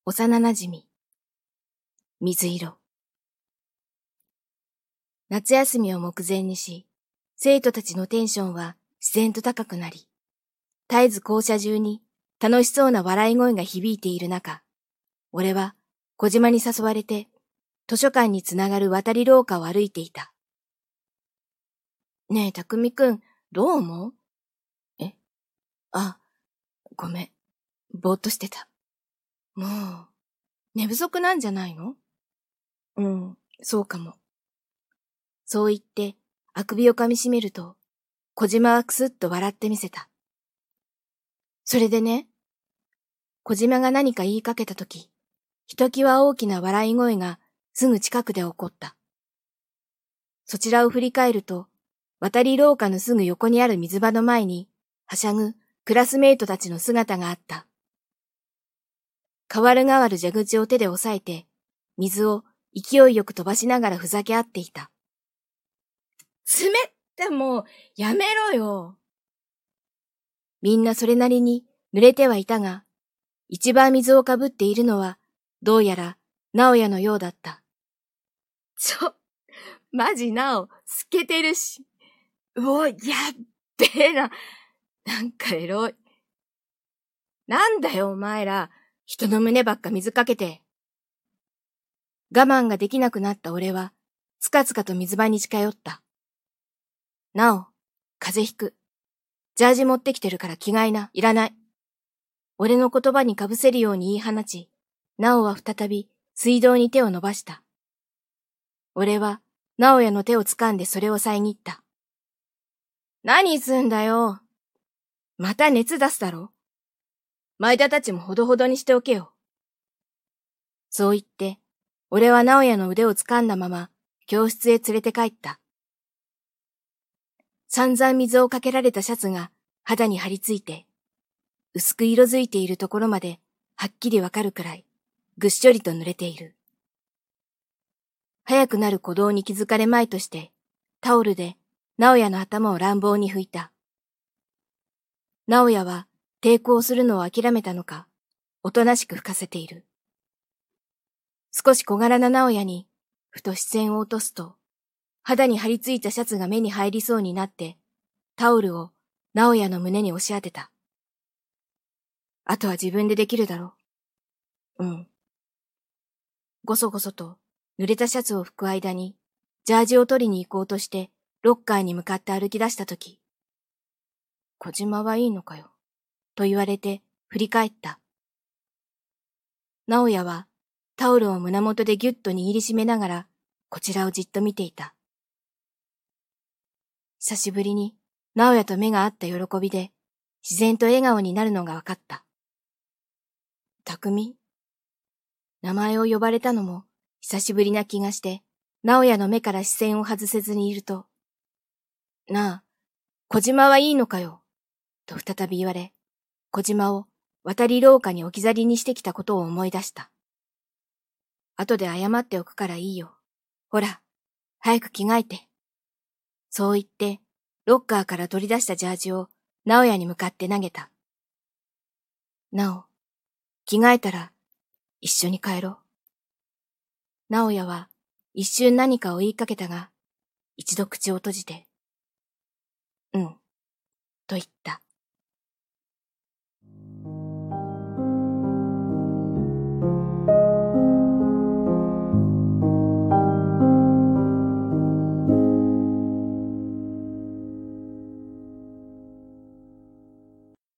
幼馴染、水色。夏休みを目前にし、生徒たちのテンションは自然と高くなり、絶えず校舎中に楽しそうな笑い声が響いている中、俺は小島に誘われて図書館につながる渡り廊下を歩いていた。ねえ、匠くん、どう思う？ごめん。ぼーっとしてた。もう、寝不足なんじゃないの？そうかも。そう言って、あくびをかみしめると、小島はくすっと笑ってみせた。それでね、小島が何か言いかけたとき、ひときわ大きな笑い声がすぐ近くで起こった。そちらを振り返ると、渡り廊下のすぐ横にある水場の前に、はしゃぐクラスメイトたちの姿があった。代わる代わる蛇口を手で押さえて、水を勢いよく飛ばしながらふざけ合っていた。もう、やめろよ。みんなそれなりに濡れてはいたが、一番水をかぶっているのは、どうやら、直哉のようだった。マジ直、透けてるし。やっべえな。なんかエロい。なんだよお前ら、人の胸ばっか水かけて。我慢ができなくなった俺は、つかつかと水場に近寄った。直、風邪ひく。ジャージ持ってきてるから着替えな、いらない。俺の言葉にかぶせるように言い放ち、直は再び水道に手を伸ばした。俺は、直哉の手を掴んでそれを遮った。何すんだよ。また熱出すだろ。前田たちもほどほどにしておけよ。そう言って、俺は直哉の腕を掴んだまま、教室へ連れて帰った。散々水をかけられたシャツが肌に張り付いて、薄く色づいているところまではっきりわかるくらい、ぐっしょりと濡れている。早くなる鼓動に気づかれまいとして、タオルで直哉の頭を乱暴に拭いた。直哉は抵抗するのを諦めたのか、おとなしく拭かせている。少し小柄な直哉に、ふと視線を落とすと、肌に張り付いたシャツが目に入りそうになって、タオルを直哉の胸に押し当てた。あとは自分でできるだろう。ごそごそと濡れたシャツを拭く間に、ジャージを取りに行こうとして、ロッカーに向かって歩き出したとき、小島はいいのかよ、と言われて振り返った。直哉はタオルを胸元でぎゅっと握りしめながら、こちらをじっと見ていた。久しぶりに直哉と目が合った喜びで、自然と笑顔になるのがわかった。匠？名前を呼ばれたのも久しぶりな気がして、直哉の目から視線を外せずにいると、なあ、小島はいいのかよ、と再び言われ、小島を渡り廊下に置き去りにしてきたことを思い出した。後で謝っておくからいいよ。ほら、早く着替えて。そう言って、ロッカーから取り出したジャージを直哉に向かって投げた。直、着替えたら一緒に帰ろう。直哉は一瞬何かを言いかけたが、一度口を閉じて、と言った。